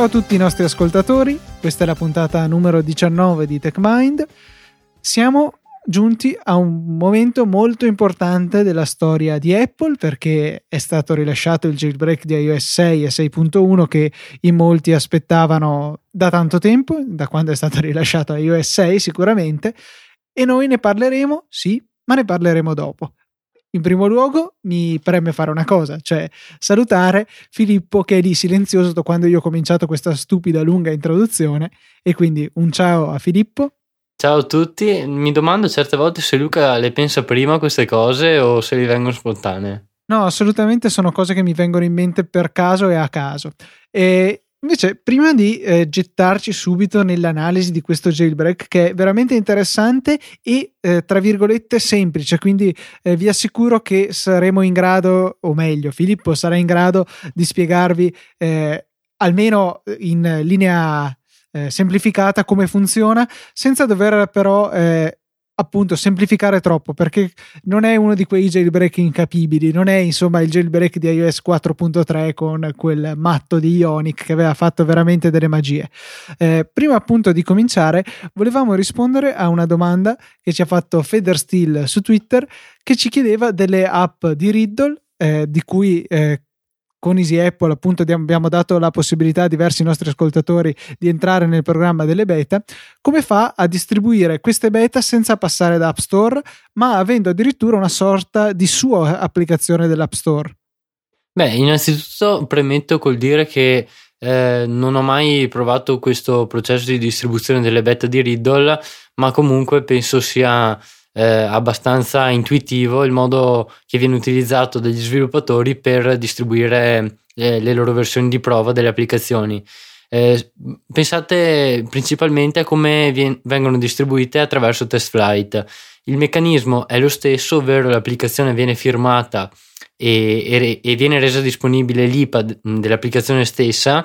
Ciao a tutti i nostri ascoltatori, questa è la puntata numero 19 di TechMind. Siamo giunti a un momento molto importante della storia di Apple, perché è stato rilasciato il jailbreak di iOS 6 e 6.1 che in molti aspettavano da tanto tempo, da quando è stato rilasciato iOS 6 sicuramente, e noi ne parleremo, sì, ma ne parleremo dopo. In primo luogo mi preme fare una cosa, cioè salutare Filippo, che è lì silenzioso da quando io ho cominciato questa stupida lunga introduzione, e quindi un ciao a Filippo. Ciao a tutti, mi domando certe volte se Luca le pensa prima queste cose o se gli vengono spontanee. No, assolutamente sono cose che mi vengono in mente per caso e a caso. E invece, prima di gettarci subito nell'analisi di questo jailbreak, che è veramente interessante e tra virgolette semplice, quindi vi assicuro che saremo in grado, o meglio, Filippo sarà in grado di spiegarvi almeno in linea semplificata come funziona, senza dover però appunto semplificare troppo, perché non è uno di quei jailbreak incapibili, non è insomma il jailbreak di iOS 4.3 con quel matto di Ionic che aveva fatto veramente delle magie. Prima appunto di cominciare volevamo rispondere a una domanda che ci ha fatto Federsteel su Twitter, che ci chiedeva delle app di Riddle di cui con Easy Apple appunto abbiamo dato la possibilità a diversi nostri ascoltatori di entrare nel programma delle beta. Come fa a distribuire queste beta senza passare da App Store, ma avendo addirittura una sorta di sua applicazione dell'App Store? Beh, innanzitutto premetto col dire che non ho mai provato questo processo di distribuzione delle beta di Riddle, ma comunque penso sia abbastanza intuitivo il modo che viene utilizzato dagli sviluppatori per distribuire le loro versioni di prova delle applicazioni. Pensate principalmente a come vengono distribuite attraverso TestFlight. Il meccanismo è lo stesso, ovvero l'applicazione viene firmata e viene resa disponibile l'IPA dell'applicazione stessa,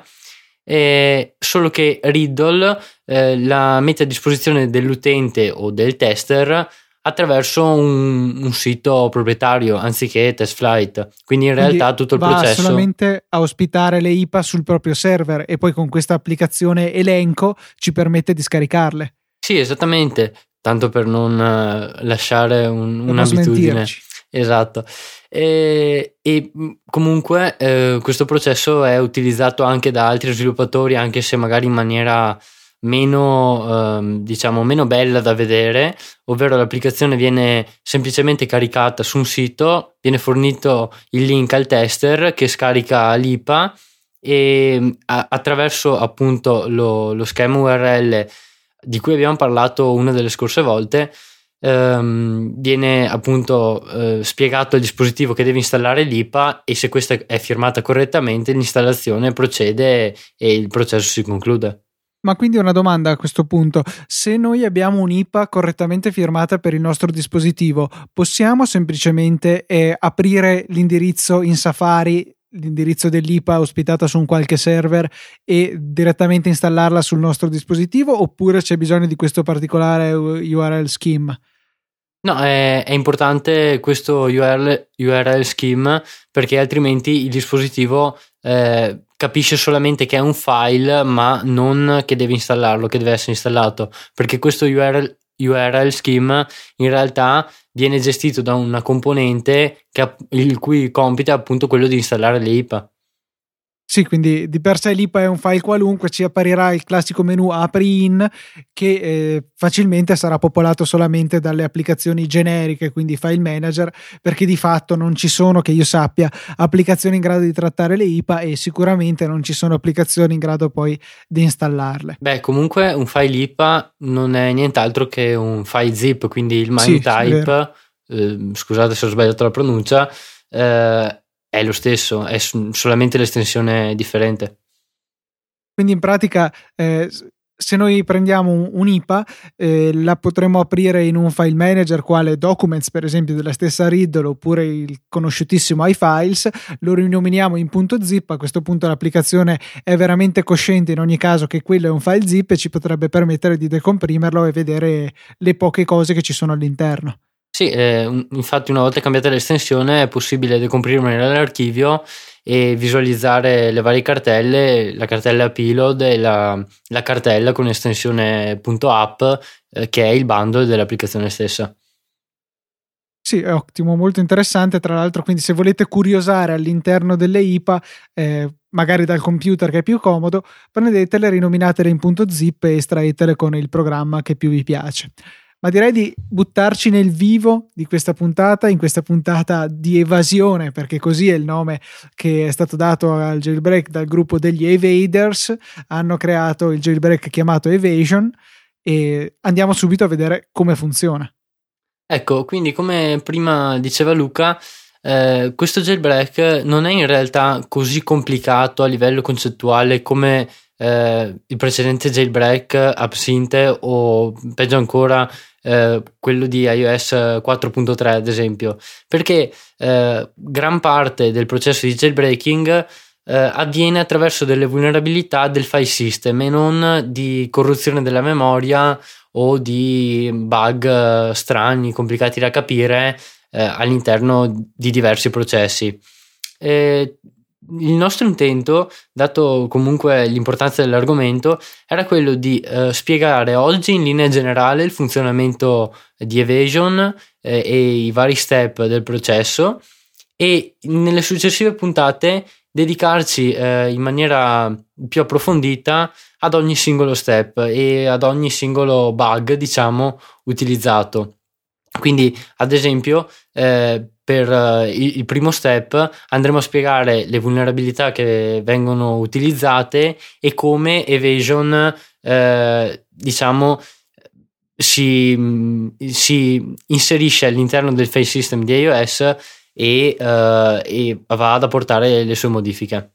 solo che Riddle la mette a disposizione dell'utente o del tester attraverso un sito proprietario anziché TestFlight, quindi in realtà tutto il processo va solamente a ospitare le IPA sul proprio server e poi con questa applicazione elenco ci permette di scaricarle. Sì, esattamente, tanto per non lasciare un'abitudine. Esatto. E comunque questo processo è utilizzato anche da altri sviluppatori, anche se magari in maniera meno bella da vedere, ovvero l'applicazione viene semplicemente caricata su un sito, viene fornito il link al tester che scarica l'IPA e attraverso appunto lo schema URL di cui abbiamo parlato una delle scorse volte viene appunto spiegato al dispositivo che deve installare l'IPA, e se questa è firmata correttamente l'installazione procede e il processo si conclude. Ma quindi una domanda a questo punto: se noi abbiamo un'IPA correttamente firmata per il nostro dispositivo, possiamo semplicemente aprire l'indirizzo in Safari, l'indirizzo dell'IPA ospitata su un qualche server, e direttamente installarla sul nostro dispositivo, oppure c'è bisogno di questo particolare URL scheme? No, è importante questo URL scheme, perché altrimenti il dispositivo capisce solamente che è un file, ma non che deve installarlo, che deve essere installato, perché questo URL scheme in realtà viene gestito da una componente il cui compito è appunto quello di installare le IPA. Sì, quindi di per sé l'IPA è un file qualunque, ci apparirà il classico menu apri in, che facilmente sarà popolato solamente dalle applicazioni generiche, quindi file manager, perché di fatto non ci sono, che io sappia, applicazioni in grado di trattare le IPA, e sicuramente non ci sono applicazioni in grado poi di installarle. Beh, comunque un file IPA non è nient'altro che un file zip, quindi il MIME type, scusate se ho sbagliato la pronuncia, è lo stesso, è solamente l'estensione differente. Quindi in pratica se noi prendiamo un IPA la potremo aprire in un file manager quale Documents, per esempio, della stessa Riddle, oppure il conosciutissimo iFiles, lo rinominiamo in .zip. A questo punto l'applicazione è veramente cosciente in ogni caso che quello è un file zip e ci potrebbe permettere di decomprimerlo e vedere le poche cose che ci sono all'interno. Sì, infatti una volta cambiata l'estensione è possibile decomprimere l'archivio e visualizzare le varie cartelle, la cartella payload e la cartella con estensione .app, che è il bundle dell'applicazione stessa. Sì, è ottimo, molto interessante. Tra l'altro, quindi se volete curiosare all'interno delle IPA, magari dal computer che è più comodo, prendetele, rinominatele in .zip e estraetele con il programma che più vi piace. Ma direi di buttarci nel vivo di questa puntata, in questa puntata di evasione, perché così è il nome che è stato dato al jailbreak dal gruppo degli Evaders. Hanno creato il jailbreak chiamato Evasion e andiamo subito a vedere come funziona. Ecco, quindi come prima diceva Luca, questo jailbreak non è in realtà così complicato a livello concettuale come il precedente jailbreak Absinthe o peggio ancora quello di iOS 4.3 ad esempio, perché gran parte del processo di jailbreaking avviene attraverso delle vulnerabilità del file system e non di corruzione della memoria o di bug strani, complicati da capire all'interno di diversi processi. Il nostro intento, dato comunque l'importanza dell'argomento, era quello di spiegare oggi in linea generale il funzionamento di Evasion e i vari step del processo, e nelle successive puntate dedicarci in maniera più approfondita ad ogni singolo step e ad ogni singolo bug, diciamo, utilizzato. Quindi, ad esempio, per il primo step andremo a spiegare le vulnerabilità che vengono utilizzate e come Evasion, diciamo, si inserisce all'interno del file system di iOS e va ad apportare le sue modifiche.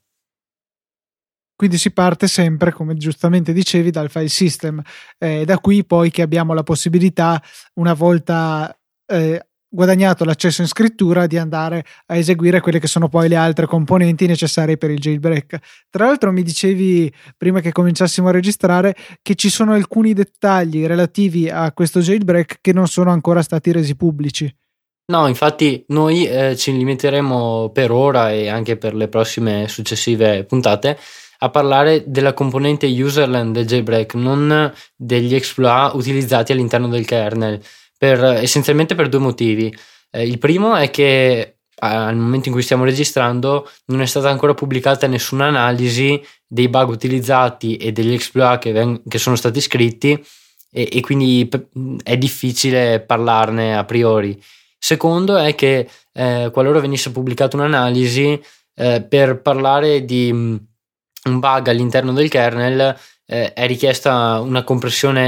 Quindi si parte sempre, come giustamente dicevi, dal file system. Da qui poi che abbiamo la possibilità, una volta guadagnato l'accesso in scrittura, di andare a eseguire quelle che sono poi le altre componenti necessarie per il jailbreak. Tra l'altro mi dicevi, prima che cominciassimo a registrare, che ci sono alcuni dettagli relativi a questo jailbreak che non sono ancora stati resi pubblici. No, infatti noi ci limiteremo per ora e anche per le prossime successive puntate a parlare della componente userland del jailbreak, non degli exploit utilizzati all'interno del kernel, essenzialmente per due motivi. Il primo è che al momento in cui stiamo registrando non è stata ancora pubblicata nessuna analisi dei bug utilizzati e degli exploit che sono stati scritti, e quindi è difficile parlarne a priori. Secondo è che qualora venisse pubblicata un'analisi, per parlare di un bug all'interno del kernel è richiesta una comprensione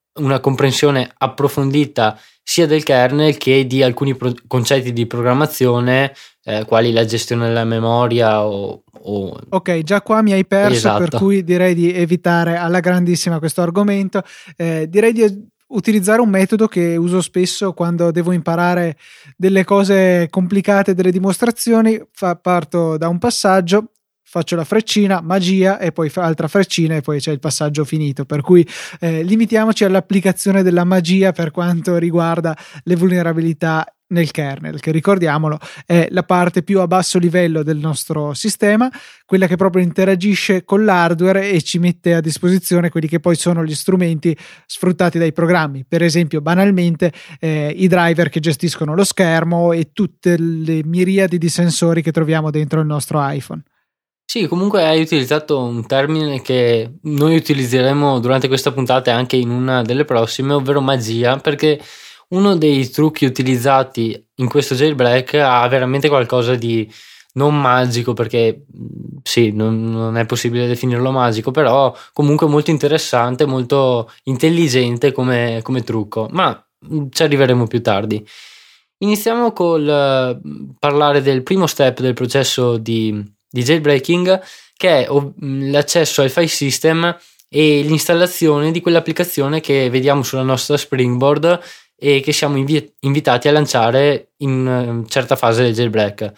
approfondita sia del kernel che di alcuni concetti di programmazione, quali la gestione della memoria Ok, già qua mi hai perso, esatto. Per cui direi di evitare alla grandissima questo argomento. Direi di utilizzare un metodo che uso spesso quando devo imparare delle cose complicate, delle dimostrazioni. Parto da un passaggio, faccio la freccina, magia, e poi altra freccina e poi c'è il passaggio finito, per cui limitiamoci all'applicazione della magia per quanto riguarda le vulnerabilità nel kernel, che ricordiamolo è la parte più a basso livello del nostro sistema, quella che proprio interagisce con l'hardware e ci mette a disposizione quelli che poi sono gli strumenti sfruttati dai programmi, per esempio banalmente i driver che gestiscono lo schermo e tutte le miriadi di sensori che troviamo dentro il nostro iPhone. Sì, comunque hai utilizzato un termine che noi utilizzeremo durante questa puntata e anche in una delle prossime, ovvero magia, perché uno dei trucchi utilizzati in questo jailbreak ha veramente qualcosa di non magico, perché sì, non è possibile definirlo magico, però comunque molto interessante, molto intelligente come trucco, ma ci arriveremo più tardi. Iniziamo col parlare del primo step del processo di jailbreaking, che è l'accesso al file system e l'installazione di quell'applicazione che vediamo sulla nostra Springboard e che siamo invitati a lanciare in certa fase del jailbreak.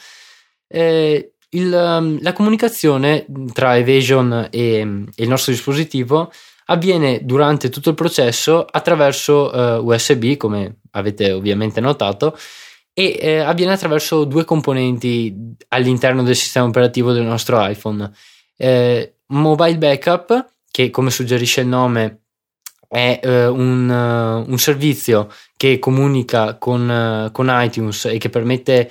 La comunicazione tra Evasion e il nostro dispositivo avviene durante tutto il processo attraverso USB, come avete ovviamente notato, e avviene attraverso due componenti all'interno del sistema operativo del nostro iPhone. Mobile Backup, che come suggerisce il nome è un servizio che comunica con iTunes e che permette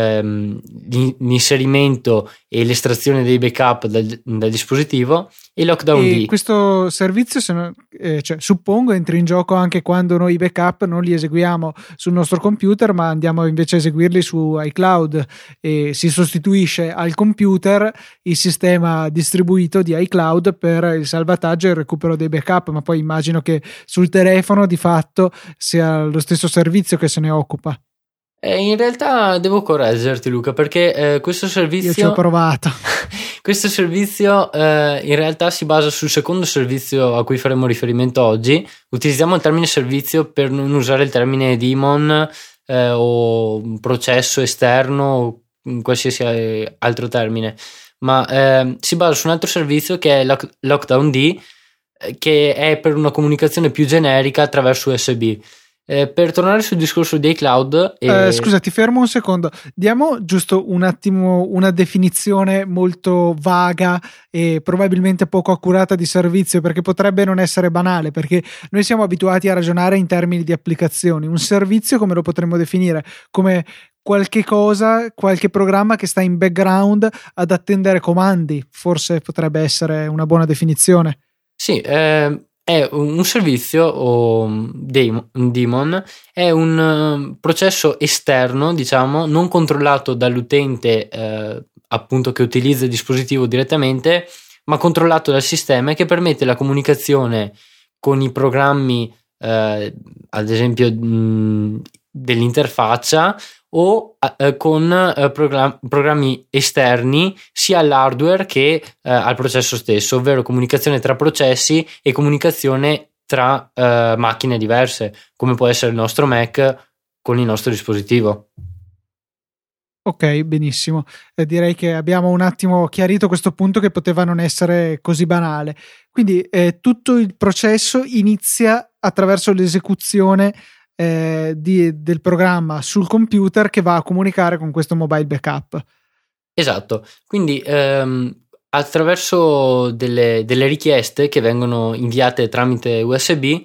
l'inserimento e l'estrazione dei backup dal dispositivo, e Lockdown D. Questo servizio, suppongo, entri in gioco anche quando noi i backup non li eseguiamo sul nostro computer, ma andiamo invece a eseguirli su iCloud, e si sostituisce al computer il sistema distribuito di iCloud per il salvataggio e il recupero dei backup. Ma poi immagino che sul telefono di fatto sia lo stesso servizio che se ne occupa. In realtà devo correggerti, Luca, perché questo servizio... Io ci ho provato. Questo servizio in realtà si basa sul secondo servizio a cui faremo riferimento oggi. Utilizziamo il termine servizio per non usare il termine daemon o un processo esterno o qualsiasi altro termine, ma si basa su un altro servizio che è Lockdown D, che è per una comunicazione più generica attraverso USB. Per tornare sul discorso dei cloud, scusa, ti fermo un secondo, diamo giusto un attimo una definizione molto vaga e probabilmente poco accurata di servizio, perché potrebbe non essere banale, perché noi siamo abituati a ragionare in termini di applicazioni. Un servizio come lo potremmo definire? Come qualche cosa, qualche programma che sta in background ad attendere comandi, forse potrebbe essere una buona definizione. Sì, è un servizio o daemon, è un processo esterno, diciamo, non controllato dall'utente appunto che utilizza il dispositivo direttamente, ma controllato dal sistema, che permette la comunicazione con i programmi ad esempio dell'interfaccia o con programmi esterni sia all'hardware che al processo stesso, ovvero comunicazione tra processi e comunicazione tra macchine diverse, come può essere il nostro Mac con il nostro dispositivo. Ok, benissimo. Direi che abbiamo un attimo chiarito questo punto, che poteva non essere così banale. Quindi tutto il processo inizia attraverso l'esecuzione del programma sul computer, che va a comunicare con questo mobile backup. Esatto, quindi attraverso delle richieste che vengono inviate tramite USB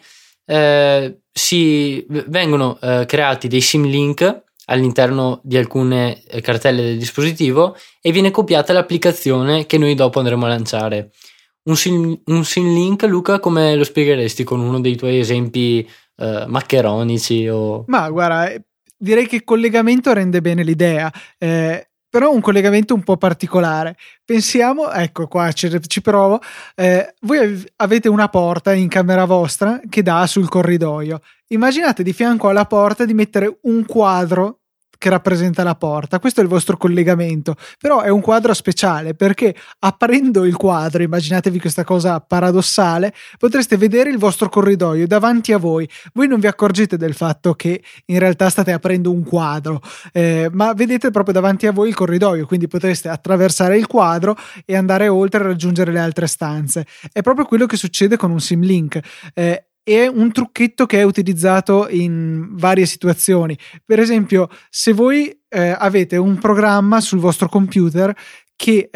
si vengono creati dei symlink all'interno di alcune cartelle del dispositivo e viene copiata l'applicazione che noi dopo andremo a lanciare. Un symlink, Luca, come lo spiegheresti con uno dei tuoi esempi maccheronici? Ma guarda, direi che il collegamento rende bene l'idea, però un collegamento un po' particolare. Pensiamo, ecco qua ci provo, voi avete una porta in camera vostra che dà sul corridoio. Immaginate di fianco alla porta di mettere un quadro che rappresenta la porta. Questo è il vostro collegamento, però è un quadro speciale, perché aprendo il quadro, immaginatevi questa cosa paradossale, potreste vedere il vostro corridoio davanti a voi. Voi non vi accorgete del fatto che in realtà state aprendo un quadro, ma vedete proprio davanti a voi il corridoio, quindi potreste attraversare il quadro e andare oltre a raggiungere le altre stanze. È proprio quello che succede con un symlink. È un trucchetto che è utilizzato in varie situazioni. Per esempio, se voi avete un programma sul vostro computer che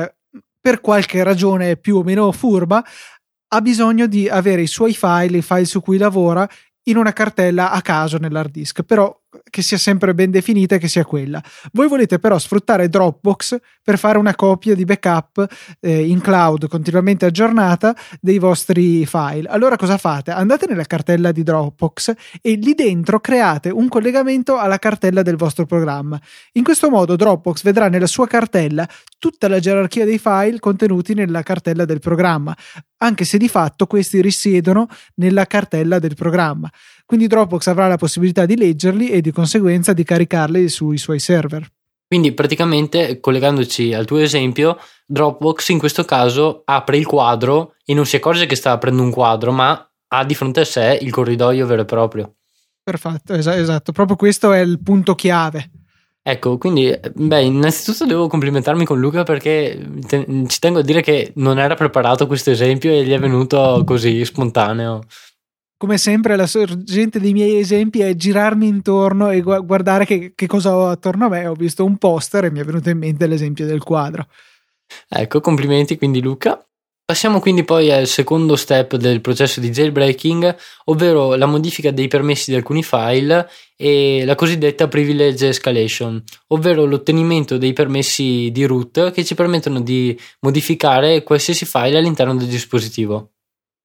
per qualche ragione più o meno furba ha bisogno di avere i suoi file, i file su cui lavora, in una cartella a caso nell'hard disk, però che sia sempre ben definita e che sia quella. Voi volete però sfruttare Dropbox per fare una copia di backup in cloud continuamente aggiornata dei vostri file. Allora cosa fate? Andate nella cartella di Dropbox e lì dentro create un collegamento alla cartella del vostro programma. In questo modo Dropbox vedrà nella sua cartella tutta la gerarchia dei file contenuti nella cartella del programma, anche se di fatto questi risiedono nella cartella del programma. Quindi Dropbox avrà la possibilità di leggerli e di conseguenza di caricarli sui suoi server. Quindi praticamente, collegandoci al tuo esempio, Dropbox in questo caso apre il quadro e non si accorge che sta aprendo un quadro, ma ha di fronte a sé il corridoio vero e proprio. Perfetto, esatto, proprio questo è il punto chiave. Ecco, quindi, innanzitutto devo complimentarmi con Luca perché ci tengo a dire che non era preparato questo esempio e gli è venuto così spontaneo. Come sempre, la sorgente dei miei esempi è girarmi intorno e guardare che cosa ho attorno a me. Ho visto un poster e mi è venuto in mente l'esempio del quadro. Ecco, complimenti quindi Luca. Passiamo quindi poi al secondo step del processo di jailbreaking, ovvero la modifica dei permessi di alcuni file e la cosiddetta privilege escalation, ovvero l'ottenimento dei permessi di root che ci permettono di modificare qualsiasi file all'interno del dispositivo.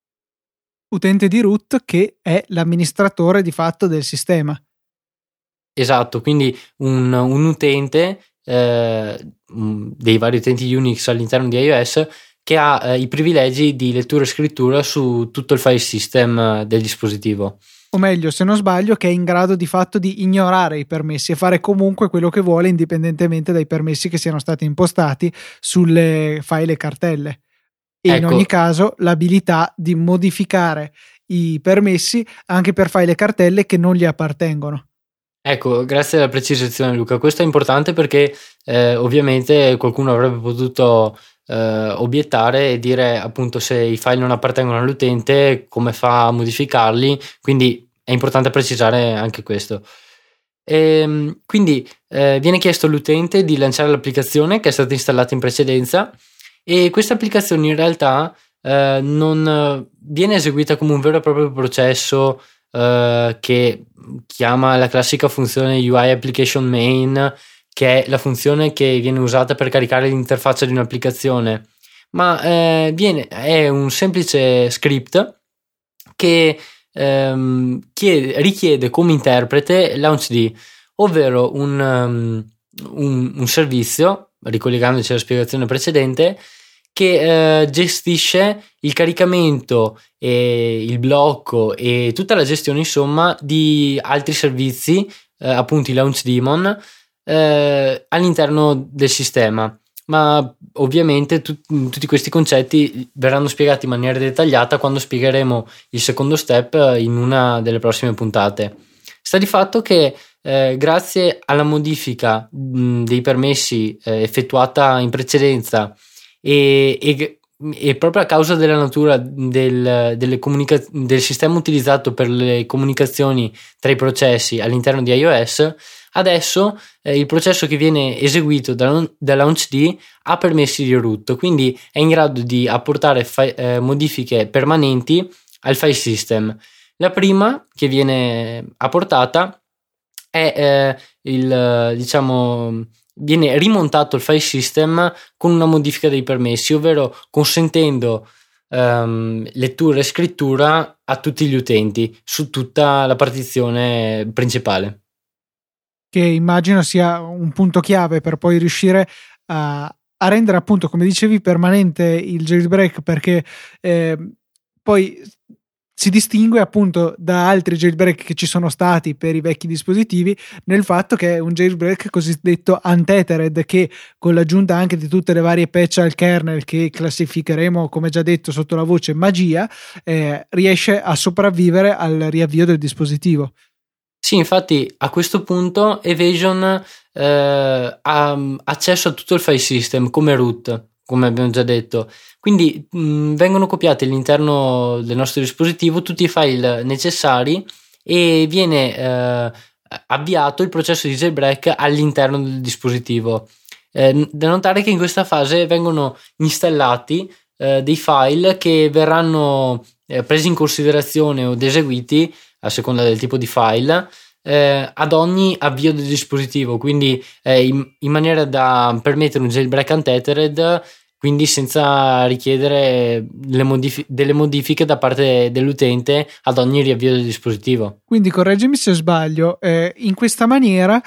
Utente di root che è l'amministratore di fatto del sistema. Esatto, quindi un utente dei vari utenti Unix all'interno di iOS che ha i privilegi di lettura e scrittura su tutto il file system del dispositivo. O meglio, se non sbaglio, che è in grado di fatto di ignorare i permessi e fare comunque quello che vuole indipendentemente dai permessi che siano stati impostati sulle file e cartelle. E in ogni caso l'abilità di modificare i permessi anche per file e cartelle che non gli appartengono. Ecco, grazie alla precisazione Luca, questo è importante perché ovviamente qualcuno avrebbe potuto obiettare e dire appunto se i file non appartengono all'utente come fa a modificarli, quindi è importante precisare anche questo. Quindi viene chiesto all'utente di lanciare l'applicazione che è stata installata in precedenza e questa applicazione in realtà non viene eseguita come un vero e proprio processo che chiama la classica funzione UI application main, che è la funzione che viene usata per caricare l'interfaccia di un'applicazione, ma è un semplice script che richiede come interprete launchd, ovvero un servizio, ricollegandoci alla spiegazione precedente, che gestisce il caricamento e il blocco e tutta la gestione insomma di altri servizi, appunto i launch daemon, all'interno del sistema. Ma ovviamente tutti questi concetti verranno spiegati in maniera dettagliata quando spiegheremo il secondo step in una delle prossime puntate. Sta di fatto che grazie alla modifica dei permessi effettuata in precedenza e proprio a causa della natura del sistema utilizzato per le comunicazioni tra i processi all'interno di iOS, adesso il processo che viene eseguito da launchd ha permessi di root, quindi è in grado di apportare modifiche permanenti al file system. La prima che viene apportata è viene rimontato il file system con una modifica dei permessi, ovvero consentendo lettura e scrittura a tutti gli utenti su tutta la partizione principale. Che immagino sia un punto chiave per poi riuscire a rendere, appunto, come dicevi, permanente il jailbreak, perché poi si distingue appunto da altri jailbreak che ci sono stati per i vecchi dispositivi nel fatto che è un jailbreak cosiddetto untethered, che con l'aggiunta anche di tutte le varie patch al kernel che classificheremo come già detto sotto la voce magia, riesce a sopravvivere al riavvio del dispositivo. Sì, infatti a questo punto Evasion ha accesso a tutto il file system come root, come abbiamo già detto, quindi vengono copiati all'interno del nostro dispositivo tutti i file necessari e viene avviato il processo di jailbreak all'interno del dispositivo. Da notare che in questa fase vengono installati dei file che verranno presi in considerazione o eseguiti a seconda del tipo di file ad ogni avvio del dispositivo, quindi in maniera da permettere un jailbreak untethered, quindi senza richiedere delle modifiche da parte dell'utente ad ogni riavvio del dispositivo. Quindi correggimi se sbaglio, in questa maniera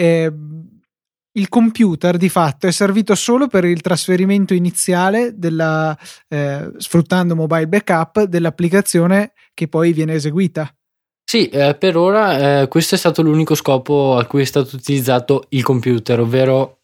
il computer di fatto è servito solo per il trasferimento iniziale sfruttando mobile backup dell'applicazione che poi viene eseguita. Sì, per ora questo è stato l'unico scopo a cui è stato utilizzato il computer, ovvero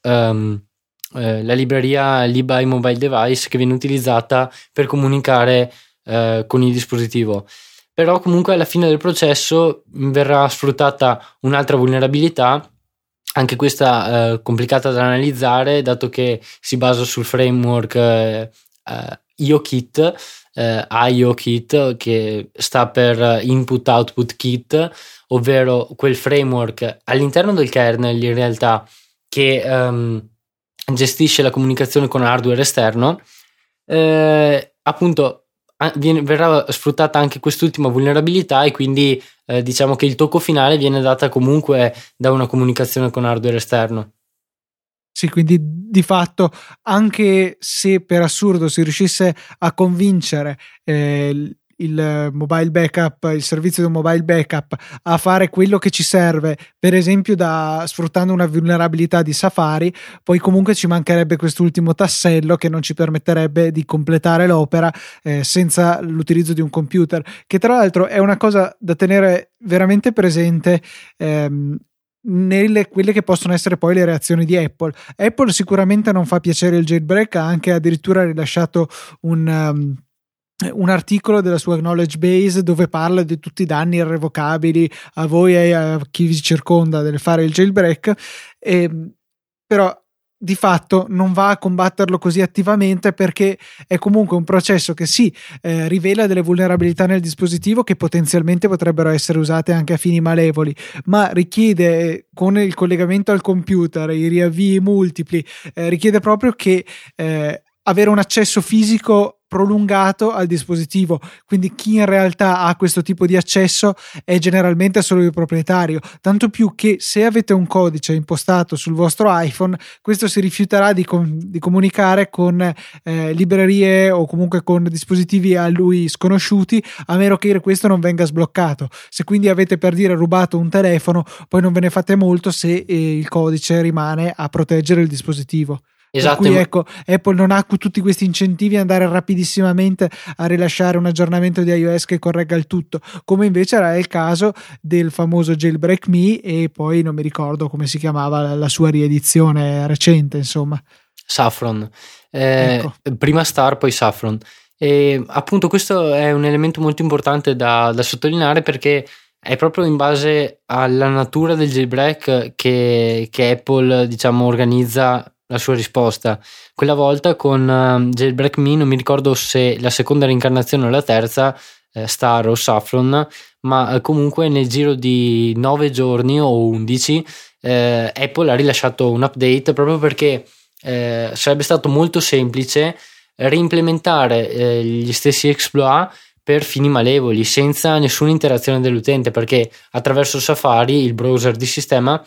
la libreria Liby Mobile Device che viene utilizzata per comunicare con il dispositivo. Però comunque alla fine del processo verrà sfruttata un'altra vulnerabilità anche questa complicata da analizzare, dato che si basa sul framework IOKit, IOKit, che sta per Input Output Kit, ovvero quel framework all'interno del kernel in realtà che gestisce la comunicazione con hardware esterno. Appunto verrà sfruttata anche quest'ultima vulnerabilità, e quindi diciamo che il tocco finale viene data comunque da una comunicazione con hardware esterno. Sì, quindi di fatto, anche se per assurdo si riuscisse a convincere il mobile backup, il servizio di un mobile backup a fare quello che ci serve, per esempio sfruttando una vulnerabilità di Safari, poi comunque ci mancherebbe quest'ultimo tassello che non ci permetterebbe di completare l'opera senza l'utilizzo di un computer, che tra l'altro è una cosa da tenere veramente presente nelle quelle che possono essere poi le reazioni di Apple. Apple sicuramente non fa piacere il jailbreak, ha anche addirittura rilasciato un articolo della sua knowledge base dove parla di tutti i danni irrevocabili a voi e a chi vi circonda del fare il jailbreak, però di fatto non va a combatterlo così attivamente, perché è comunque un processo che rivela delle vulnerabilità nel dispositivo che potenzialmente potrebbero essere usate anche a fini malevoli, ma richiede, con il collegamento al computer, i riavvii multipli, richiede proprio che avere un accesso fisico prolungato al dispositivo, quindi chi in realtà ha questo tipo di accesso è generalmente solo il proprietario, tanto più che se avete un codice impostato sul vostro iPhone, questo si rifiuterà di comunicare con librerie o comunque con dispositivi a lui sconosciuti, a meno che questo non venga sbloccato. Se quindi avete, per dire, rubato un telefono, poi non ve ne fate molto se il codice rimane a proteggere il dispositivo. Esatto. Per cui ecco, Apple non ha tutti questi incentivi ad andare rapidissimamente a rilasciare un aggiornamento di iOS che corregga il tutto, come invece era il caso del famoso Jailbreak Me, e poi non mi ricordo come si chiamava la sua riedizione recente, insomma. Saffron. Ecco. Prima Star, poi Saffron. E appunto questo è un elemento molto importante da sottolineare, perché è proprio in base alla natura del jailbreak che Apple, diciamo, organizza la sua risposta. Quella volta con Jailbreak Me, non mi ricordo se la seconda reincarnazione o la terza, Star o Saffron, ma comunque nel giro di 9 giorni o 11 Apple ha rilasciato un update, proprio perché sarebbe stato molto semplice reimplementare gli stessi exploit per fini malevoli senza nessuna interazione dell'utente, perché attraverso Safari, il browser di sistema,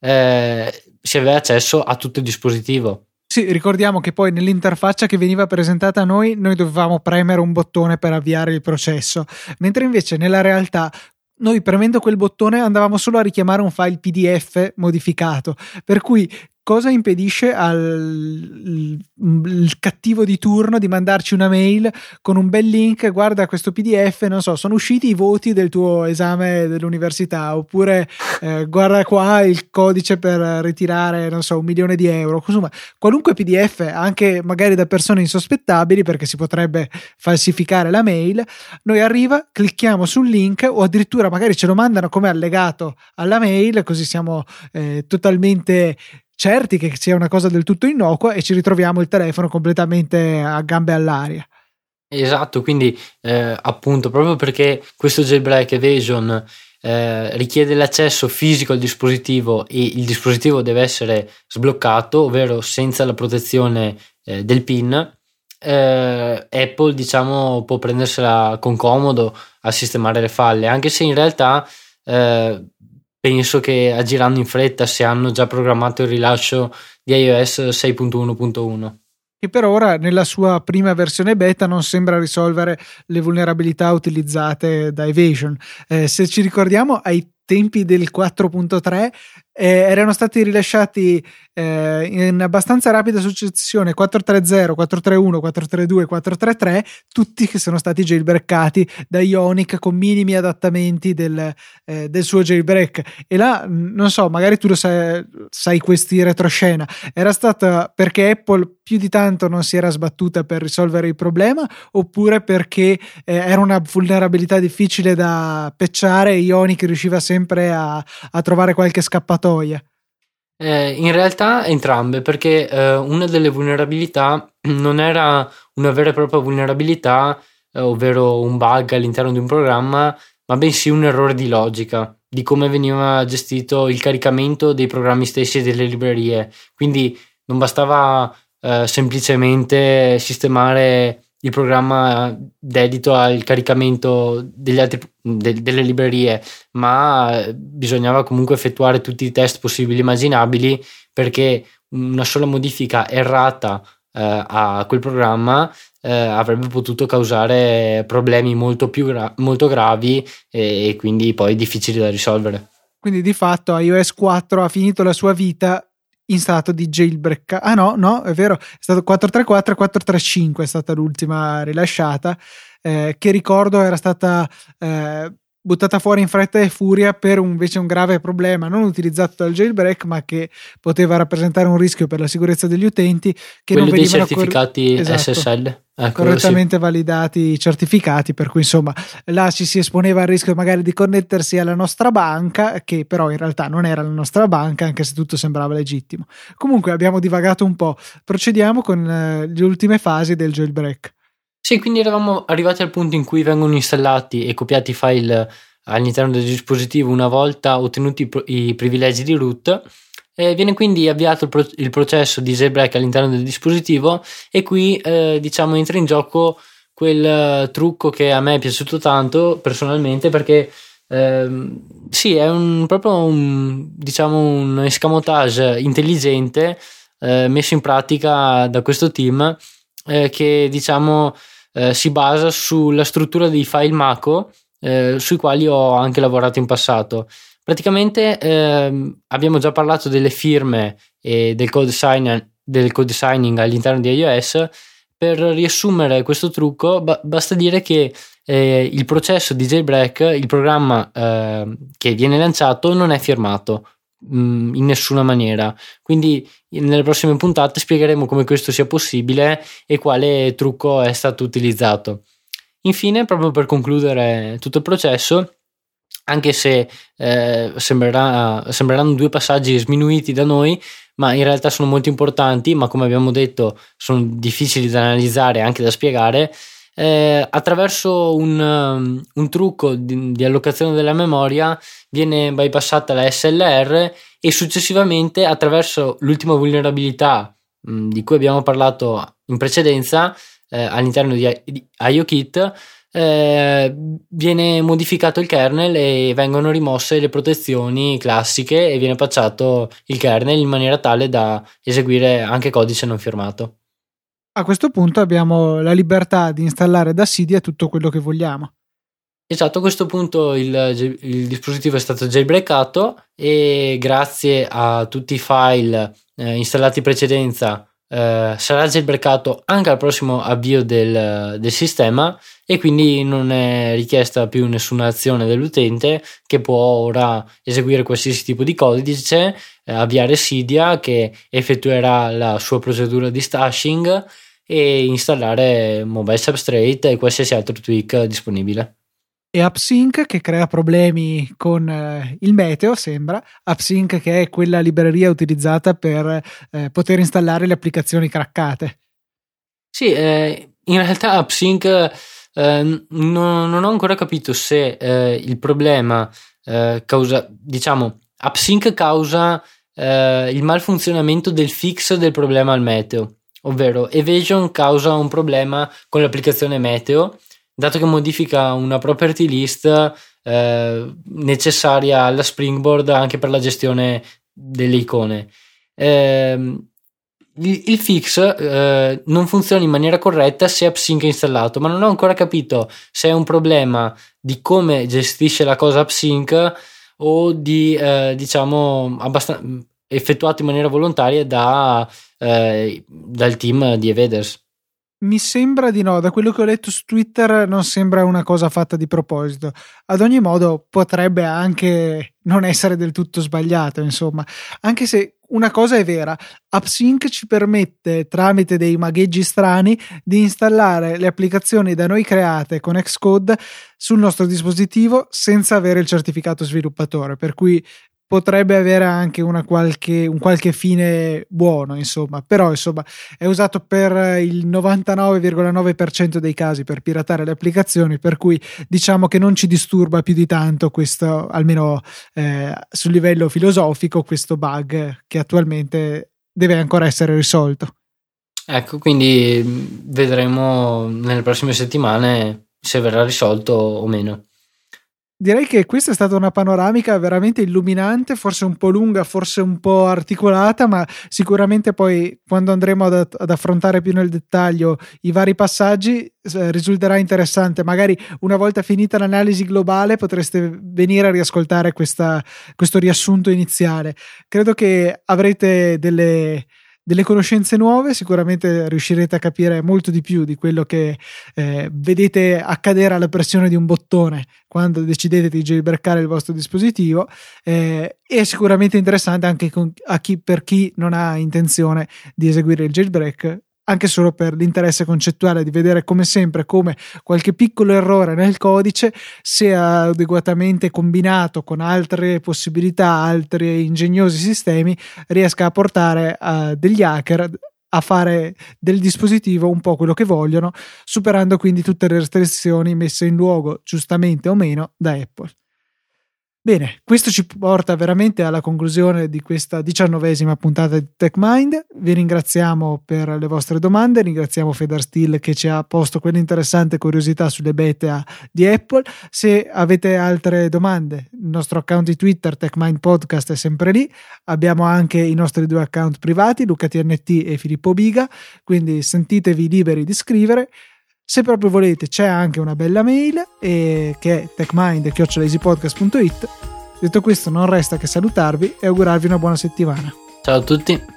si aveva accesso a tutto il dispositivo. Sì, ricordiamo che poi nell'interfaccia che veniva presentata a noi dovevamo premere un bottone per avviare il processo, mentre invece nella realtà noi, premendo quel bottone, andavamo solo a richiamare un file PDF modificato, per cui cosa impedisce al cattivo di turno di mandarci una mail con un bel link: guarda questo PDF, non so, sono usciti i voti del tuo esame dell'università, oppure guarda qua il codice per ritirare, non so, 1 milione di euro. Insomma, qualunque PDF, anche magari da persone insospettabili, perché si potrebbe falsificare la mail, noi arriva, clicchiamo sul link, o addirittura magari ce lo mandano come allegato alla mail, così siamo totalmente certi che sia una cosa del tutto innocua, e ci ritroviamo il telefono completamente a gambe all'aria. Esatto, quindi appunto proprio perché questo jailbreak evasion richiede l'accesso fisico al dispositivo, e il dispositivo deve essere sbloccato, ovvero senza la protezione del PIN, Apple, diciamo, può prendersela con comodo a sistemare le falle, anche se in realtà penso che agiranno in fretta se hanno già programmato il rilascio di iOS 6.1.1. Che per ora nella sua prima versione beta non sembra risolvere le vulnerabilità utilizzate da Evasion. Se ci ricordiamo, ai tempi del 4.3 erano stati rilasciati in abbastanza rapida successione 4.3.0, 4.3.1, 4.3.2, 4.3.3, tutti che sono stati jailbreakati da Ionic con minimi adattamenti del suo jailbreak. E là, non so, magari tu lo sai questi retroscena, era stata perché Apple più di tanto non si era sbattuta per risolvere il problema, oppure perché era una vulnerabilità difficile da patchare e Ionic riusciva sempre a trovare qualche scappatoia? In realtà entrambe, perché una delle vulnerabilità non era una vera e propria vulnerabilità, ovvero un bug all'interno di un programma, ma bensì un errore di logica, di come veniva gestito il caricamento dei programmi stessi e delle librerie. Quindi non bastava semplicemente sistemare il programma dedito al caricamento delle librerie, ma bisognava comunque effettuare tutti i test possibili e immaginabili, perché una sola modifica errata a quel programma avrebbe potuto causare problemi molto molto gravi e quindi poi difficili da risolvere. Quindi di fatto iOS 4 ha finito la sua vita in stato di jailbreak. No, è vero, è stato 4.3.4 e 4.3.5 è stata l'ultima rilasciata, che ricordo era stata buttata fuori in fretta e furia per invece un grave problema non utilizzato dal jailbreak, ma che poteva rappresentare un rischio per la sicurezza degli utenti, che quello non venivano dei certificati SSL. Correttamente validati i certificati, per cui insomma là ci si esponeva al rischio magari di connettersi alla nostra banca, che però in realtà non era la nostra banca, anche se tutto sembrava legittimo. Comunque abbiamo divagato un po', procediamo con le ultime fasi del jailbreak. Sì, quindi eravamo arrivati al punto in cui vengono installati e copiati i file all'interno del dispositivo una volta ottenuti i privilegi di root. Viene quindi avviato il processo di jailbreak all'interno del dispositivo, e qui diciamo entra in gioco quel trucco che a me è piaciuto tanto personalmente, perché sì, è proprio un escamotage intelligente messo in pratica da questo team, che diciamo si basa sulla struttura dei file Mako, sui quali ho anche lavorato in passato. Praticamente abbiamo già parlato delle firme e del code signing all'interno di iOS. Per riassumere questo trucco basta dire che il processo di jailbreak, il programma che viene lanciato, non è firmato in nessuna maniera. Quindi nelle prossime puntate spiegheremo come questo sia possibile e quale trucco è stato utilizzato. Infine, proprio per concludere tutto il processo, anche se sembreranno due passaggi sminuiti da noi, ma in realtà sono molto importanti, ma come abbiamo detto sono difficili da analizzare e anche da spiegare. Attraverso un trucco di allocazione della memoria viene bypassata la SLR, e successivamente, attraverso l'ultima vulnerabilità di cui abbiamo parlato in precedenza all'interno di IOKit, viene modificato il kernel e vengono rimosse le protezioni classiche e viene patchato il kernel in maniera tale da eseguire anche codice non firmato. A questo punto abbiamo la libertà di installare da Cydia tutto quello che vogliamo. Esatto, a questo punto il dispositivo è stato jailbreakato, e grazie a tutti i file installati in precedenza sarà jailbreakato anche al prossimo avvio del sistema, e quindi non è richiesta più nessuna azione dell'utente, che può ora eseguire qualsiasi tipo di codice, avviare Cydia che effettuerà la sua procedura di stashing e installare Mobile Substrate e qualsiasi altro tweak disponibile. E AppSync che crea problemi con il meteo, sembra. AppSync che è quella libreria utilizzata per poter installare le applicazioni craccate. Sì, in realtà AppSync non ho ancora capito se il problema causa, diciamo, AppSync causa il malfunzionamento del fix del problema al meteo, ovvero Evasion causa un problema con l'applicazione meteo, dato che modifica una property list necessaria alla Springboard anche per la gestione delle icone. Il fix non funziona in maniera corretta se AppSync è installato, ma non ho ancora capito se è un problema di come gestisce la cosa AppSync o di diciamo effettuato in maniera volontaria dal team di Evaders. Mi sembra di no, da quello che ho letto su Twitter non sembra una cosa fatta di proposito. Ad ogni modo potrebbe anche non essere del tutto sbagliato, insomma, anche se una cosa è vera: AppSync ci permette, tramite dei magheggi strani, di installare le applicazioni da noi create con Xcode sul nostro dispositivo senza avere il certificato sviluppatore, per cui potrebbe avere anche un qualche fine buono, insomma, però insomma è usato per il 99,9% dei casi per piratare le applicazioni, per cui diciamo che non ci disturba più di tanto questo, almeno sul livello filosofico, questo bug che attualmente deve ancora essere risolto. Ecco, quindi vedremo nelle prossime settimane se verrà risolto o meno. Direi che questa è stata una panoramica veramente illuminante, forse un po' lunga, forse un po' articolata, ma sicuramente poi quando andremo ad affrontare più nel dettaglio i vari passaggi risulterà interessante. Magari una volta finita l'analisi globale potreste venire a riascoltare questo riassunto iniziale. Credo che avrete delle conoscenze nuove, sicuramente riuscirete a capire molto di più di quello che vedete accadere alla pressione di un bottone quando decidete di jailbreakare il vostro dispositivo, è sicuramente interessante anche per chi non ha intenzione di eseguire il jailbreak, anche solo per l'interesse concettuale di vedere come sempre come qualche piccolo errore nel codice, se adeguatamente combinato con altre possibilità, altri ingegnosi sistemi, riesca a portare degli hacker a fare del dispositivo un po' quello che vogliono, superando quindi tutte le restrizioni messe in luogo, giustamente o meno, da Apple. Bene, questo ci porta veramente alla conclusione di questa 19ª puntata di TechMind. Vi ringraziamo per le vostre domande, ringraziamo Federsteel che ci ha posto quell'interessante curiosità sulle beta di Apple. Se avete altre domande, il nostro account di Twitter TechMind Podcast è sempre lì, abbiamo anche i nostri 2 account privati, Luca TNT e Filippo Biga, quindi sentitevi liberi di scrivere. Se proprio volete c'è anche una bella mail che è techmind@easypodcast.it. Detto questo non resta che salutarvi e augurarvi una buona settimana. Ciao a tutti.